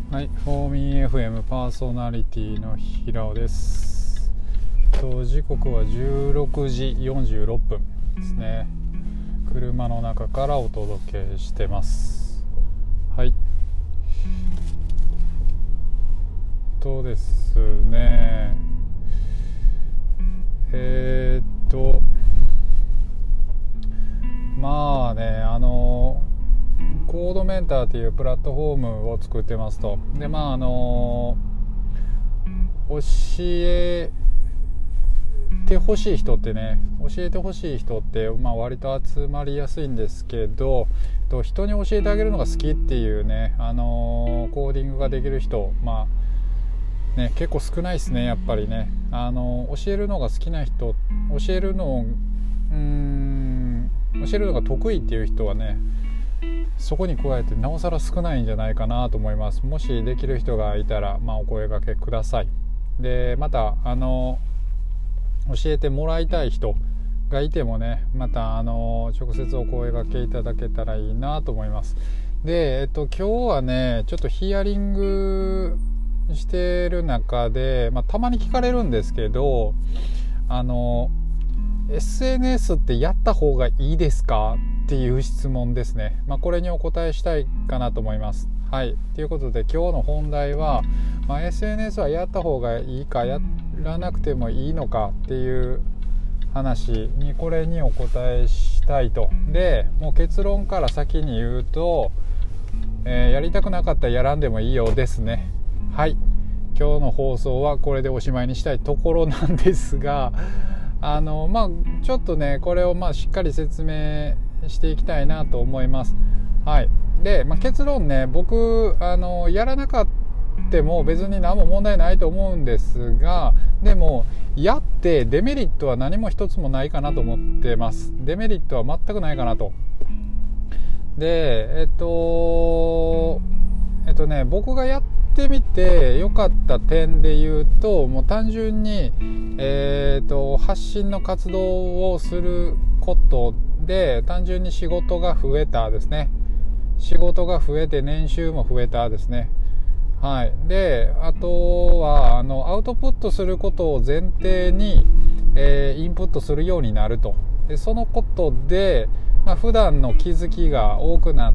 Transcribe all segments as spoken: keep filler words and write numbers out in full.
はい、フォーミー エフエム パーソナリティの平尾です。と時刻はじゅうろくじよんじゅうろっぷんですね。車の中からお届けしてます。はい。とですね。えー、っとまあね、あのコードメンターというプラットフォームを作ってますと。でまああの教えてほしい人ってね教えてほしい人って、まあ、割と集まりやすいんですけど、人に教えてあげるのが好きっていうね、あのコーディングができる人、まあね、結構少ないですね。やっぱりね、あの教えるのが好きな人、教えるのうーん教えるのが得意っていう人はね、そこに加えてなおさら少ないんじゃないかなと思います。もしできる人がいたら、まあ、お声掛けください。でまたあの教えてもらいたい人がいてもね、またあの直接お声掛けいただけたらいいなと思います。で、えっと、今日はねちょっとヒアリングしてる中で、まあ、たまに聞かれるんですけど、あの エスエヌエス ってやった方がいいですかっていう質問ですね。まあ、これにお答えしたいかなと思います。はい、ということで今日の本題は、まあ、エスエヌエス はやった方がいいかやらなくてもいいのかっていう話にこれにお答えしたいと。でもう結論から先に言うと、えー、やりたくなかったらやらんでもいいようですね。はい、今日の放送はこれでおしまいにしたいところなんですが、あのまあちょっとねこれをまあしっかり説明していきたいなと思います。はい。で、まあ、結論ね、僕あのやらなかったも別に何も問題ないと思うんですが、でもやってデメリットは何も一つもないかなと思ってます。デメリットは全くないかなと。でえっとえっとね僕がやってみて良かった点で言うと、もう単純に、えー、と発信の活動をすることで単純に仕事が増えたですね。仕事が増えて年収も増えたですね。はい。であとはあのアウトプットすることを前提に、えー、インプットするようになると。でそのことで、まあ、普段の気づきが多くなって、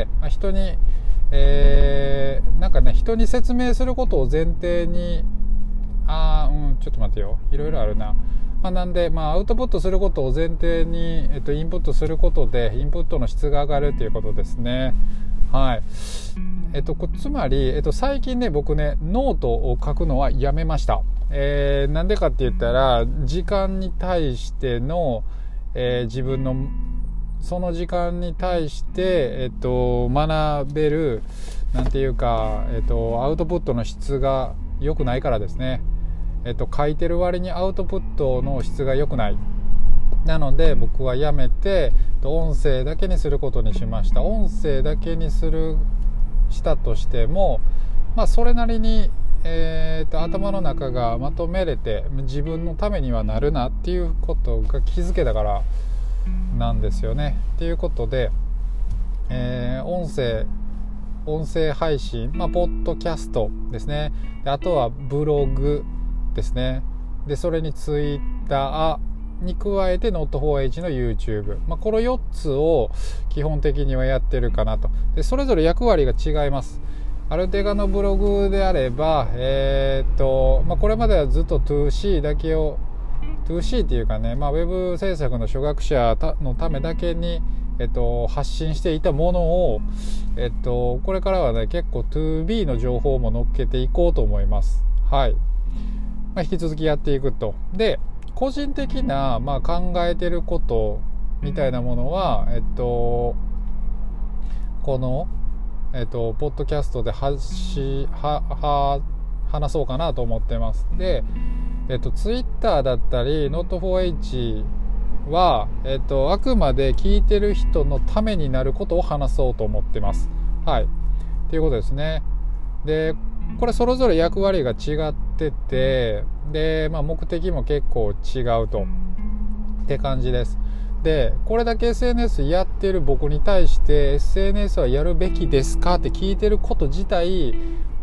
まあ、人にえー、なんかね人に説明することを前提にあー、うん、ちょっと待ってよ、いろいろあるな。まあ、なんで、まあ、アウトプットすることを前提に、えっと、インプットすることでインプットの質が上がるということですね。はい。えっと、つまり、えっと、最近ね僕ねノートを書くのはやめました。えー、なんでかって言ったら時間に対しての、えー、自分のその時間に対して、えっと、学べるなんていうか、えっと、アウトプットの質が良くないからですね。えっと、書いてる割にアウトプットの質が良くない。なので僕はやめて音声だけにすることにしました。音声だけにするしたとしても、まあ、それなりに、えー、と頭の中がまとめれて自分のためにはなるなっていうことが気づけたからなんですよね。ということで、えー、音声音声配信、まあ、ポッドキャストですね。であとはブログですね。でそれにツイッターに加えて ノットフォーエイチ の YouTube、まあ、このよっつを基本的にはやってるかなと。でそれぞれ役割が違います。アルテガのブログであれば、えーっとまあ、これまではずっと ツーシー だけを ツーシー っていうかね、まあ、ウェブ制作の初学者のためだけに、えっと、発信していたものを、えっと、これからはね結構 ツービー の情報も載っけていこうと思います。はい。まあ、引き続きやっていくと。で個人的な、まあ、考えてることみたいなものは、えっと、この、えっと、ポッドキャストで発しはは話そうかなと思ってます。でえっと、ツイッターだったり ノットフォーエイチ は、えっと、あくまで聞いてる人のためになることを話そうと思ってます。はい。っていうことですね。で、これそれぞれ役割が違ってて、で、まあ、目的も結構違うとって感じです。で、これだけ エスエヌエス やってる僕に対して エスエヌエス はやるべきですかって聞いてること自体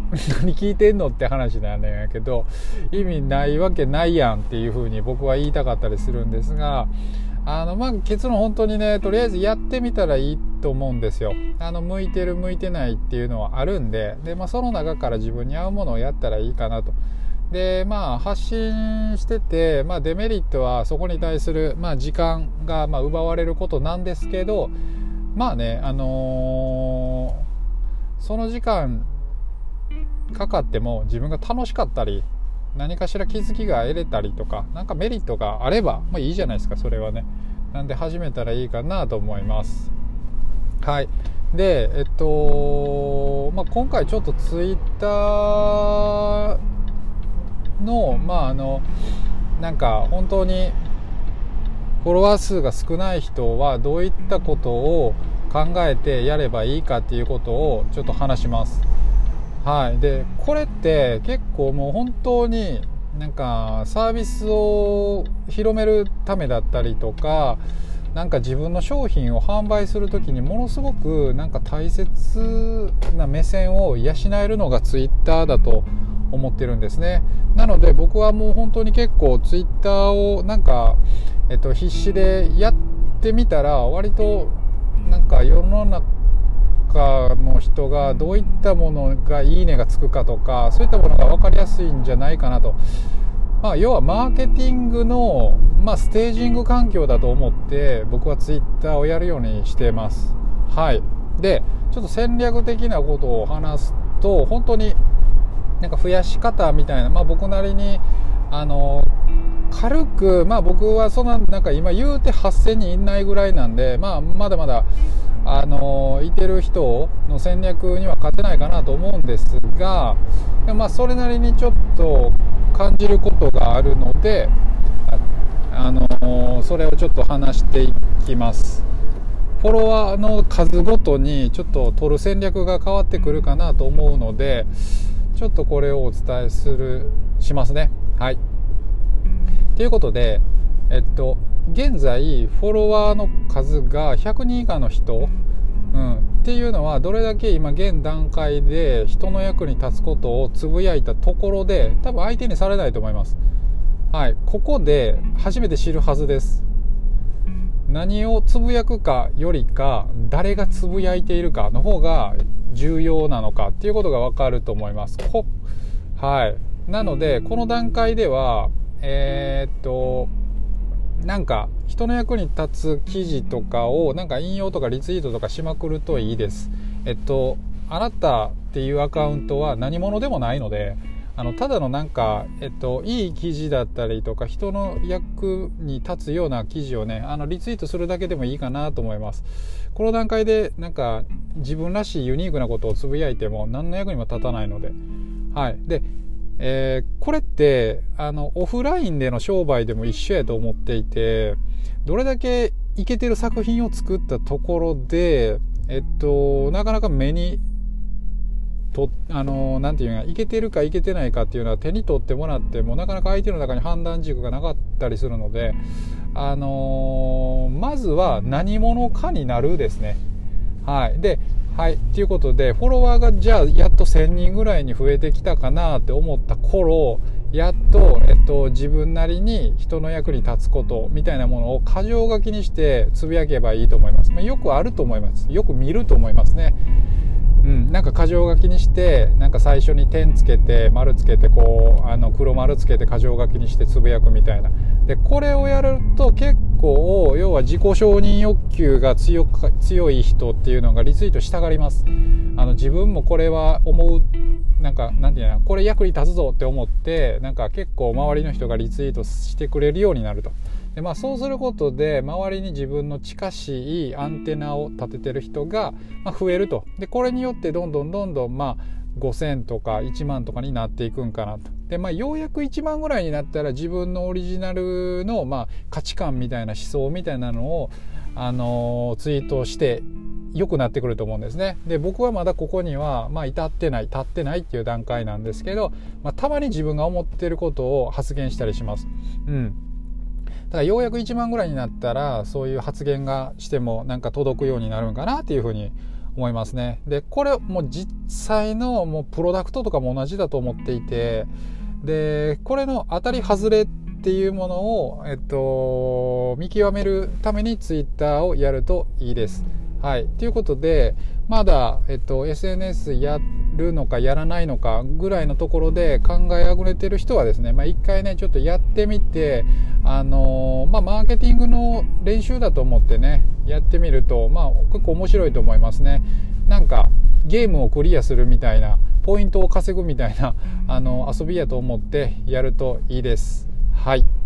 何聞いてんのって話なんやけど、意味ないわけないやんっていう風に僕は言いたかったりするんですが、あのまあ結論本当にね、とりあえずやってみたらいいと思うんですよ。あの向いてる向いてないっていうのはあるんで、で、まあ、その中から自分に合うものをやったらいいかなと。で、まあ発信してて、まあ、デメリットはそこに対する、まあ、時間がまあ奪われることなんですけど、まあね、あのー、その時間かかっても自分が楽しかったり、何かしら気づきが得れたりとか、なんかメリットがあれば、まあ、いいじゃないですか、それはね。なんで始めたらいいかなと思います。はい。で、えっと、まあ、今回ちょっとツイッターの、まあ、あの、なんか本当にフォロワー数が少ない人はどういったことを考えてやればいいかっていうことをちょっと話します。はい。で、これって結構もう本当になんかサービスを広めるためだったりとか、なんか自分の商品を販売するときにものすごくなんか大切な目線を養えるのがツイッターだと思ってるんですね。なので僕はもう本当に結構ツイッターをなんか、えっと、必死でやってみたら割となんか世の中の人がどういったものがいいねがつくかとか、そういったものが分かりやすいんじゃないかなと。まあ、要はマーケティングの、まあ、ステージング環境だと思って僕はツイッターをやるようにしています。はい。で、ちょっと戦略的なことを話すと、本当になんか増やし方みたいな、まあ、僕なりにあの軽く、まあ、僕はそんな、なんか今言うてはっせんにんいないぐらいなんで、まあ、まだまだあのいてる人の戦略には勝てないかなと思うんですが、まあ、それなりにちょっと感じることがあるので、あのそれをちょっと話していきます。フォロワーの数ごとにちょっと取る戦略が変わってくるかなと思うので、ちょっとこれをお伝えするしますね。はい。ということで、えっと現在フォロワーの数がひゃくにん以下の人、うん、っていうのはどれだけ今現段階で人の役に立つことをつぶやいたところで多分相手にされないと思います。はい。ここで初めて知るはずです。何をつぶやくかよりか誰がつぶやいているかの方が重要なのかっていうことが分かると思います。こはい。なのでこの段階ではえー、っとなんか人の役に立つ記事とかをなんか引用とかリツイートとかしまくるといいです。えっとあなたっていうアカウントは何者でもないので、あのただのなんか、えっと、いい記事だったりとか人の役に立つような記事をね、あのリツイートするだけでもいいかなと思います。この段階でなんか自分らしいユニークなことをつぶやいても何の役にも立たないので、はい。でえー、これってあのオフラインでの商売でも一緒やと思っていて、どれだけイケてる作品を作ったところで、えっとなかなか目にとあのなんていうのイケてるかイケてないかっていうのは手に取ってもらってもなかなか相手の中に判断軸がなかったりするので、あのー、まずは何者かになるですね。はい。ではい、ということでフォロワーがじゃあやっとせんにんぐらいに増えてきたかなって思った頃、やっと、えっと、自分なりに人の役に立つことみたいなものを箇条書きにしてつぶやけばいいと思います。まあ、よくあると思います。よく見ると思いますね。うん、なんか箇条書きにしてなんか最初に点つけて丸つけてこうあの黒丸つけて箇条書きにしてつぶやくみたいな。でこれをやると結構要は自己承認欲求が 強, か強い人っていうのがリツイートしたがります。あの自分もこれは思う、なんかなんていうのこれ役に立つぞって思ってなんか結構周りの人がリツイートしてくれるようになると。で、まあ、そうすることで周りに自分の近しいアンテナを立ててる人が増えると。でこれによってどんどんどんどんまあごせんとかいちまんとかになっていくんかなと。で、まあ、ようやくいちまんぐらいになったら自分のオリジナルのまあ価値観みたいな思想みたいなのを、あのー、ツイートして良くなってくると思うんですね。で僕はまだここにはまあ至ってない立ってないっていう段階なんですけど、まあ、たまに自分が思っていることを発言したりします。うんだからようやくいちまんぐらいになったらそういう発言がしてもなんか届くようになるんかなっていうふうに思いますね。でこれもう実際のもうプロダクトとかも同じだと思っていて、でこれの当たり外れっていうものを、えっと、見極めるためにツイッターをやるといいです。はい、ということでまだ、えっと、エスエヌエス やるのかやらないのかぐらいのところで考えあぐれてる人はですね、まあ、一回ねちょっとやってみて、あのーまあ、マーケティングの練習だと思ってねやってみると、まあ、結構面白いと思いますね。なんかゲームをクリアするみたいな、ポイントを稼ぐみたいなあの遊びやと思ってやるといいです。はい。